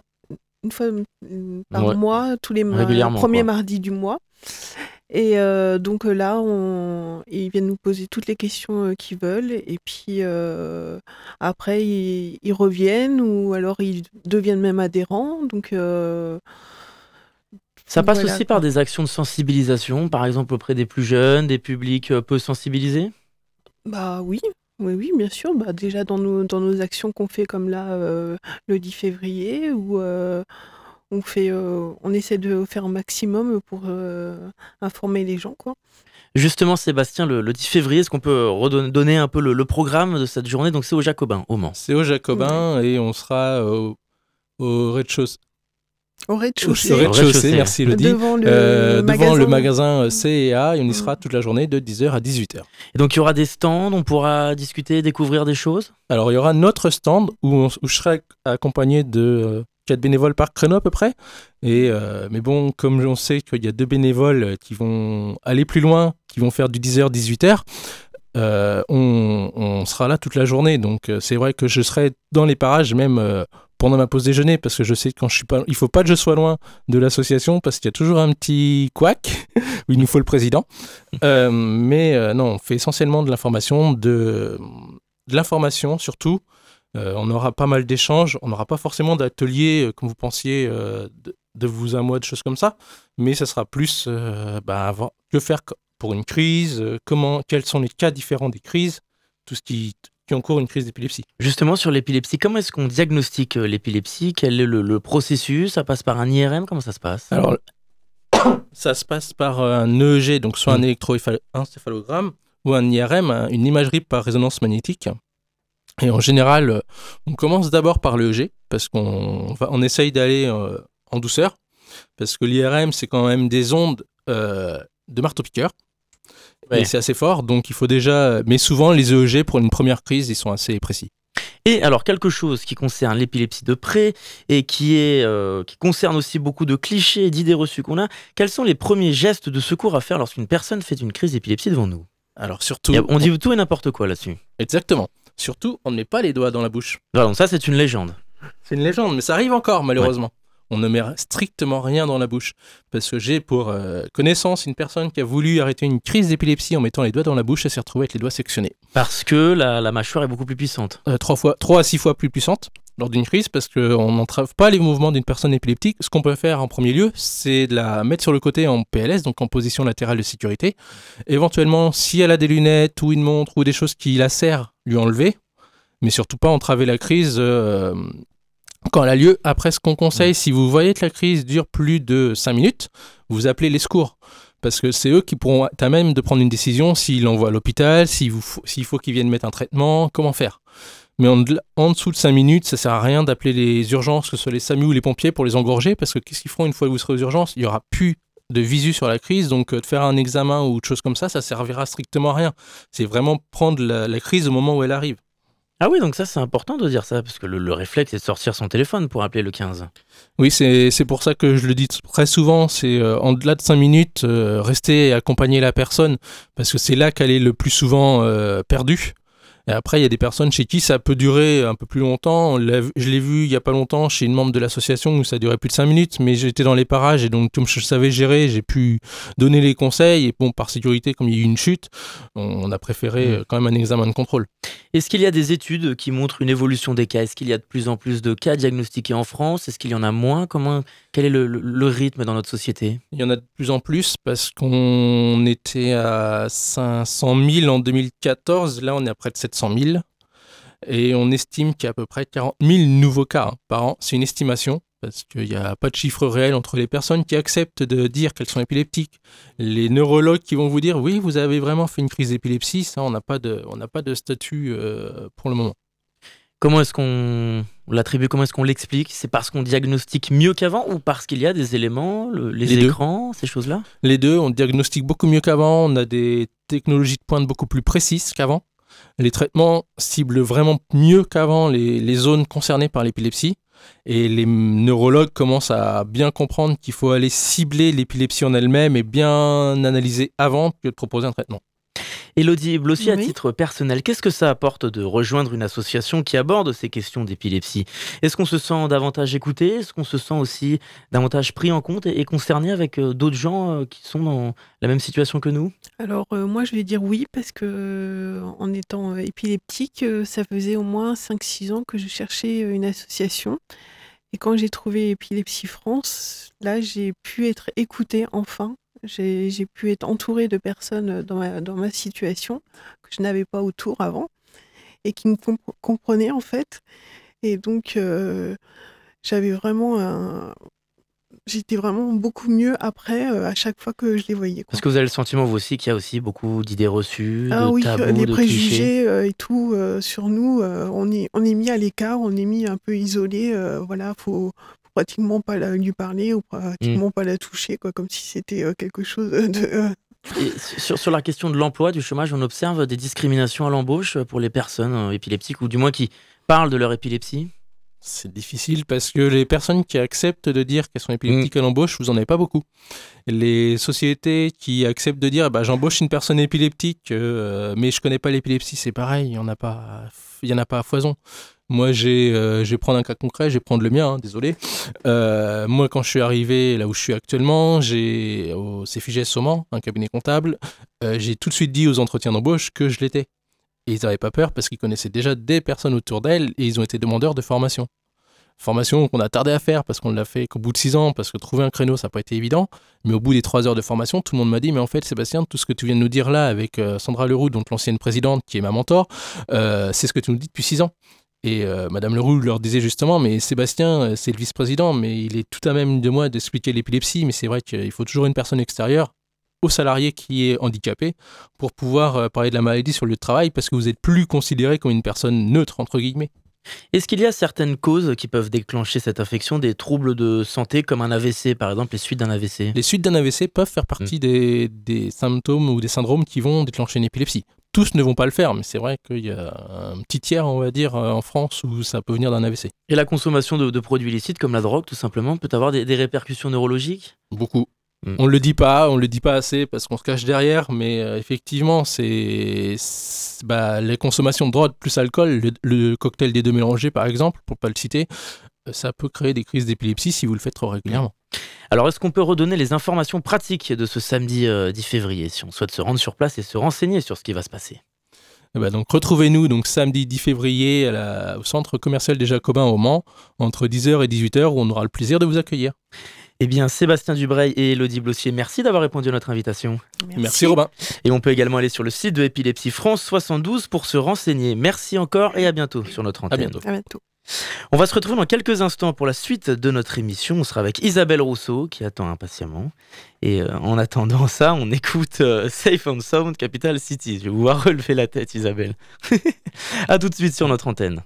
mois, tous les premiers mardis du mois. Et donc là, ils viennent nous poser toutes les questions qu'ils veulent. Et puis après, ils reviennent ou alors ils deviennent même adhérents. Donc, ça passe aussi par des actions de sensibilisation, par exemple auprès des plus jeunes, des publics peu sensibilisés ? Bah oui, bien sûr. Bah, déjà dans nos actions qu'on fait comme là le 10 février où on essaie de faire un maximum pour informer les gens, quoi. Justement, Sébastien, le 10 février, est-ce qu'on peut redonner un peu le programme de cette journée ? Donc c'est aux Jacobins, au Mans. C'est aux Jacobins et on sera au rez-de-chaussée. Au rez-de-chaussée. Au rez-de-chaussée, merci Elodie. Devant le magasin C&A et on y sera toute la journée de 10h à 18h. Et donc il y aura des stands, on pourra discuter, découvrir des choses ? Alors il y aura notre stand où je serai accompagné de 4 bénévoles par créneau à peu près. Mais bon, comme on sait qu'il y a 2 bénévoles qui vont aller plus loin, qui vont faire du 10h, 18h, on sera là toute la journée. Donc c'est vrai que je serai dans les parages même pendant ma pause déjeuner, parce que je sais que quand je suis pas, il faut pas que je sois loin de l'association, parce qu'il y a toujours un petit couac où il nous faut le président. Non, on fait essentiellement de l'information, de l'information surtout. On aura pas mal d'échanges, on n'aura pas forcément d'ateliers comme vous pensiez de vous à moi, de choses comme ça, mais ça sera plus que faire pour une crise, quels sont les cas différents des crises, tout ce qui encourt une crise d'épilepsie. Justement, sur l'épilepsie, comment est-ce qu'on diagnostique l'épilepsie ? Quel est le processus ? Ça passe par un IRM ? Comment ça se passe ? Alors, ça se passe par un EEG, donc soit un électroencéphalogramme, ou un IRM, une imagerie par résonance magnétique. Et en général, on commence d'abord par l'EEG, parce qu'on essaye d'aller en douceur, parce que l'IRM, c'est quand même des ondes de marteau-piqueur. Ouais. Et c'est assez fort, donc il faut déjà... Mais souvent, les EEG, pour une première crise, ils sont assez précis. Et alors, quelque chose qui concerne l'épilepsie de près et qui concerne aussi beaucoup de clichés et d'idées reçues qu'on a, quels sont les premiers gestes de secours à faire lorsqu'une personne fait une crise d'épilepsie devant nous ? Alors surtout... On dit tout et n'importe quoi là-dessus. Exactement. Surtout, on ne met pas les doigts dans la bouche. Voilà, donc ça, c'est une légende. C'est une légende, mais ça arrive encore, malheureusement. Ouais. On ne met strictement rien dans la bouche. Parce que j'ai pour connaissance une personne qui a voulu arrêter une crise d'épilepsie en mettant les doigts dans la bouche et s'est retrouvée avec les doigts sectionnés. Parce que la mâchoire est beaucoup plus puissante. 3 à 6 fois plus puissante lors d'une crise, parce qu'on n'entrave pas les mouvements d'une personne épileptique. Ce qu'on peut faire en premier lieu, c'est de la mettre sur le côté en PLS, donc en position latérale de sécurité. Éventuellement, si elle a des lunettes ou une montre ou des choses qui la serrent, lui enlever. Mais surtout pas entraver la crise quand elle a lieu. Après, ce qu'on conseille, si vous voyez que la crise dure plus de 5 minutes, vous appelez les secours. Parce que c'est eux qui pourront être à même de prendre une décision s'ils l'envoient à l'hôpital, s'il faut qu'ils viennent mettre un traitement, comment faire. Mais en dessous de 5 minutes, ça ne sert à rien d'appeler les urgences, que ce soit les SAMU ou les pompiers, pour les engorger, parce que qu'est-ce qu'ils feront une fois que vous serez aux urgences ? Il n'y aura plus de visu sur la crise, donc de faire un examen ou autre chose comme ça servira strictement à rien. C'est vraiment prendre la crise au moment où elle arrive. Ah oui, donc ça c'est important de dire ça, parce que le réflexe c'est de sortir son téléphone pour appeler le 15. Oui, c'est pour ça que je le dis très souvent, c'est en-delà de 5 minutes, rester et accompagner la personne, parce que c'est là qu'elle est le plus souvent perdue. Et après, il y a des personnes chez qui ça peut durer un peu plus longtemps. Je l'ai vu il n'y a pas longtemps chez une membre de l'association où ça durait plus de 5 minutes, mais j'étais dans les parages et donc comme je savais gérer, j'ai pu donner les conseils. Et bon, par sécurité, comme il y a eu une chute, on a préféré quand même un examen de contrôle. Est-ce qu'il y a des études qui montrent une évolution des cas ? Est-ce qu'il y a de plus en plus de cas diagnostiqués en France ? Est-ce qu'il y en a moins ? Quel est le rythme dans notre société ? Il y en a de plus en plus parce qu'on était à 500 000 en 2014. Là, on est à près de 700 000. Et on estime qu'il y a à peu près 40 000 nouveaux cas par an. C'est une estimation parce qu'il n'y a pas de chiffre réel entre les personnes qui acceptent de dire qu'elles sont épileptiques. Les neurologues qui vont vous dire « Oui, vous avez vraiment fait une crise d'épilepsie », ça, on n'a pas de statut pour le moment. Comment est-ce qu'on l'attribue ? Comment est-ce qu'on l'explique ? C'est parce qu'on diagnostique mieux qu'avant ou parce qu'il y a des éléments, les écrans, ces choses-là ? Les deux, on diagnostique beaucoup mieux qu'avant, on a des technologies de pointe beaucoup plus précises qu'avant. Les traitements ciblent vraiment mieux qu'avant les zones concernées par l'épilepsie. Et les neurologues commencent à bien comprendre qu'il faut aller cibler l'épilepsie en elle-même et bien analyser avant que de proposer un traitement. Élodie Blossi, à titre personnel, qu'est-ce que ça apporte de rejoindre une association qui aborde ces questions d'épilepsie ? Est-ce qu'on se sent davantage écouté ? Est-ce qu'on se sent aussi davantage pris en compte et concerné avec d'autres gens qui sont dans la même situation que nous ? Alors moi je vais dire oui, parce que en étant épileptique, ça faisait au moins 5-6 ans que je cherchais une association. Et quand j'ai trouvé Épilepsie France, là j'ai pu être écoutée enfin. J'ai pu être entourée de personnes dans ma situation que je n'avais pas autour avant et qui me comprenaient en fait. Et donc j'avais vraiment j'étais vraiment beaucoup mieux après à chaque fois que je les voyais. Parce que vous avez le sentiment vous aussi qu'il y a aussi beaucoup d'idées reçues, de tabous, les de préjugés clichés. et tout sur nous, on est mis à l'écart, on est mis un peu isolé. Voilà, faut pratiquement pas lui parler ou pratiquement pas la toucher, quoi, comme si c'était quelque chose de... Et sur la question de l'emploi, du chômage, on observe des discriminations à l'embauche pour les personnes épileptiques, ou du moins qui parlent de leur épilepsie ? C'est difficile parce que les personnes qui acceptent de dire qu'elles sont épileptiques à l'embauche, vous n'en avez pas beaucoup. Les sociétés qui acceptent de dire j'embauche une personne épileptique, mais je ne connais pas l'épilepsie, c'est pareil, il n'y en a pas à foison. Moi, je vais prendre un cas concret, je vais prendre le mien, désolé. Moi, quand je suis arrivé là où je suis actuellement, au CFIGS au Mans, un cabinet comptable, j'ai tout de suite dit aux entretiens d'embauche que je l'étais. Et ils n'avaient pas peur parce qu'ils connaissaient déjà des personnes autour d'elles et ils ont été demandeurs de formation. Formation qu'on a tardé à faire parce qu'on l'a fait qu'au bout de 6 ans, parce que trouver un créneau, ça n'a pas été évident. Mais au bout des 3 heures de formation, tout le monde m'a dit « Mais en fait, Sébastien, tout ce que tu viens de nous dire là avec Sandra Leroux, donc l'ancienne présidente qui est ma mentor, c'est ce que tu nous dis depuis 6 ans. » Et Madame Leroux leur disait justement « Mais Sébastien, c'est le vice-président, mais il est tout à même de moi d'expliquer l'épilepsie, mais c'est vrai qu'il faut toujours une personne extérieure. » au salarié qui est handicapé pour pouvoir parler de la maladie sur le lieu de travail parce que vous êtes plus considéré comme une personne neutre, entre guillemets. Est-ce qu'il y a certaines causes qui peuvent déclencher cette infection, des troubles de santé comme un AVC par exemple, les suites d'un AVC ? Les suites d'un AVC peuvent faire partie des symptômes ou des syndromes qui vont déclencher une épilepsie. Tous ne vont pas le faire, mais c'est vrai qu'il y a un petit tiers, on va dire, en France où ça peut venir d'un AVC. Et la consommation de produits illicites comme la drogue, tout simplement, peut avoir des répercussions neurologiques ? Beaucoup. On le dit pas assez parce qu'on se cache derrière, mais effectivement, c'est les consommations de drogue plus alcool, le cocktail des deux mélangés par exemple, pour pas le citer, ça peut créer des crises d'épilepsie si vous le faites trop régulièrement. Alors, est-ce qu'on peut redonner les informations pratiques de ce samedi 10 février, si on souhaite se rendre sur place et se renseigner sur ce qui va se passer ? Donc retrouvez-nous donc samedi 10 février au centre commercial des Jacobins au Mans, entre 10h et 18h, où on aura le plaisir de vous accueillir. Eh bien, Sébastien Dubreuil et Élodie Blossier, merci d'avoir répondu à notre invitation. Merci Robin. Et on peut également aller sur le site de Épilepsie France 72 pour se renseigner. Merci encore et à bientôt sur notre antenne. À bientôt. On va se retrouver dans quelques instants pour la suite de notre émission. On sera avec Isabelle Rousseau qui attend impatiemment. Et en attendant ça, on écoute Safe and Sound, Capital City. Je vais vous voir relever la tête, Isabelle. À tout de suite sur notre antenne.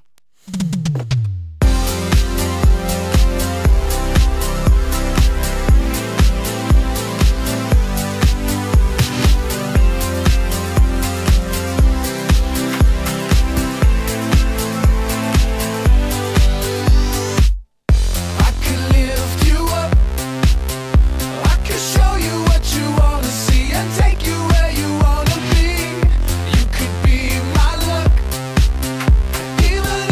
Even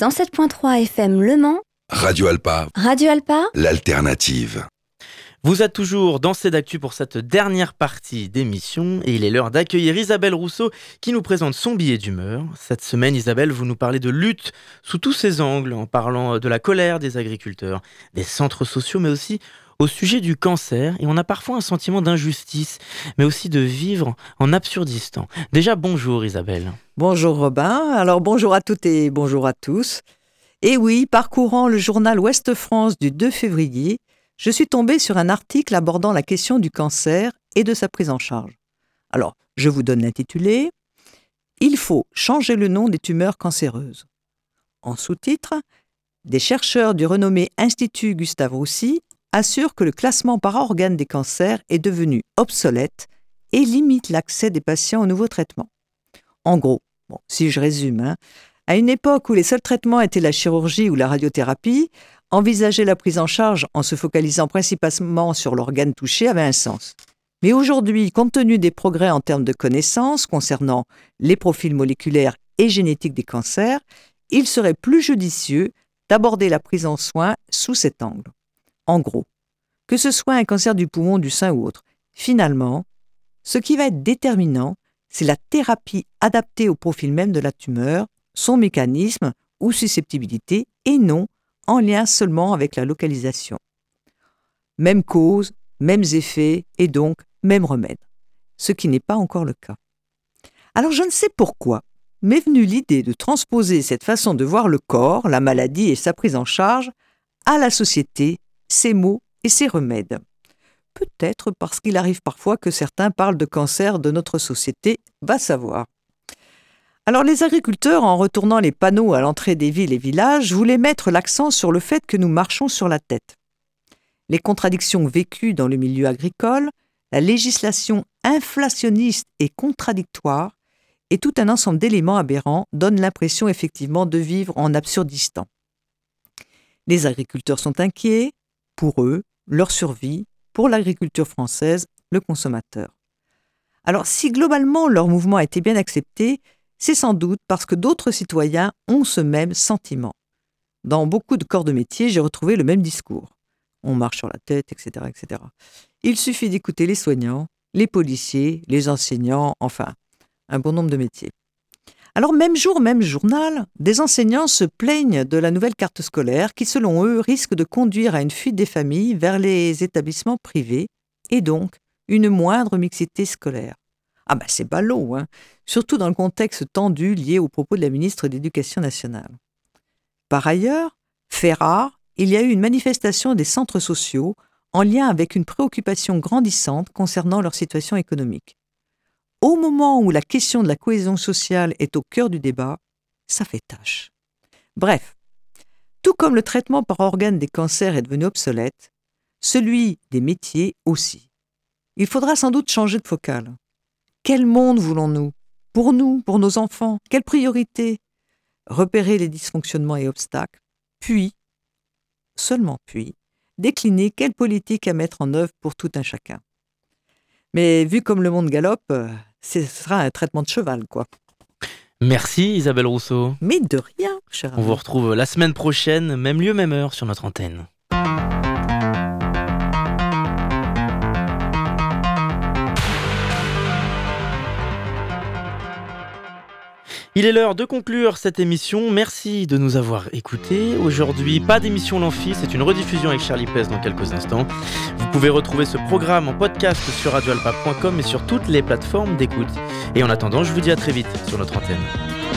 107.3 FM Le Mans, Radio Alpa, l'alternative. Vous êtes toujours dans Cédactu pour cette dernière partie d'émission et il est l'heure d'accueillir Isabelle Rousseau qui nous présente son billet d'humeur. Cette semaine, Isabelle, vous nous parlez de lutte sous tous ses angles en parlant de la colère des agriculteurs, des centres sociaux, mais aussi au sujet du cancer. Et on a parfois un sentiment d'injustice, mais aussi de vivre en Absurdistan. Déjà, bonjour Isabelle. Bonjour Robin, alors bonjour à toutes et bonjour à tous. Et oui, parcourant le journal Ouest France du 2 février, je suis tombée sur un article abordant la question du cancer et de sa prise en charge. Alors, je vous donne l'intitulé « Il faut changer le nom des tumeurs cancéreuses ». En sous-titre, des chercheurs du renommé Institut Gustave Roussy assurent que le classement par organe des cancers est devenu obsolète et limite l'accès des patients aux nouveaux traitements. En gros, si je résume, à une époque où les seuls traitements étaient la chirurgie ou la radiothérapie, envisager la prise en charge en se focalisant principalement sur l'organe touché avait un sens. Mais aujourd'hui, compte tenu des progrès en termes de connaissances concernant les profils moléculaires et génétiques des cancers, il serait plus judicieux d'aborder la prise en soin sous cet angle. En gros, que ce soit un cancer du poumon, du sein ou autre, finalement, ce qui va être déterminant, c'est la thérapie adaptée au profil même de la tumeur, son mécanisme ou susceptibilité, et non en lien seulement avec la localisation. Même cause, mêmes effets et donc même remède, ce qui n'est pas encore le cas. Alors je ne sais pourquoi m'est venue l'idée de transposer cette façon de voir le corps, la maladie et sa prise en charge à la société, ses maux et ses remèdes. Peut-être parce qu'il arrive parfois que certains parlent de cancer de notre société, va savoir. Alors les agriculteurs, en retournant les panneaux à l'entrée des villes et villages, voulaient mettre l'accent sur le fait que nous marchons sur la tête. Les contradictions vécues dans le milieu agricole, la législation inflationniste et contradictoire, et tout un ensemble d'éléments aberrants donnent l'impression effectivement de vivre en Absurdistan. Les agriculteurs sont inquiets, pour eux, leur survie, pour l'agriculture française, le consommateur. Alors si globalement leur mouvement a été bien accepté, c'est sans doute parce que d'autres citoyens ont ce même sentiment. Dans beaucoup de corps de métier, j'ai retrouvé le même discours. On marche sur la tête, etc., etc. Il suffit d'écouter les soignants, les policiers, les enseignants, enfin, un bon nombre de métiers. Alors, même jour, même journal, des enseignants se plaignent de la nouvelle carte scolaire qui, selon eux, risque de conduire à une fuite des familles vers les établissements privés et donc une moindre mixité scolaire. Ah ben c'est ballot, surtout dans le contexte tendu lié aux propos de la ministre de l'Éducation nationale. Par ailleurs, fait rare, il y a eu une manifestation des centres sociaux en lien avec une préoccupation grandissante concernant leur situation économique. Au moment où la question de la cohésion sociale est au cœur du débat, ça fait tâche. Bref, tout comme le traitement par organe des cancers est devenu obsolète, celui des métiers aussi. Il faudra sans doute changer de focale. Quel monde voulons-nous ? Pour nous, pour nos enfants, quelle priorité ? Repérer les dysfonctionnements et obstacles, puis, seulement puis, décliner quelle politique à mettre en œuvre pour tout un chacun. Mais vu comme le monde galope, ce sera un traitement de cheval, quoi. Merci Isabelle Rousseau. Mais de rien, cher ami. On vous retrouve la semaine prochaine, même lieu, même heure sur notre antenne. Il est l'heure de conclure cette émission. Merci de nous avoir écoutés. Aujourd'hui, pas d'émission L'Amphi, c'est une rediffusion avec Charlie Pez dans quelques instants. Vous pouvez retrouver ce programme en podcast sur radioalpa.com et sur toutes les plateformes d'écoute. Et en attendant, je vous dis à très vite sur notre antenne.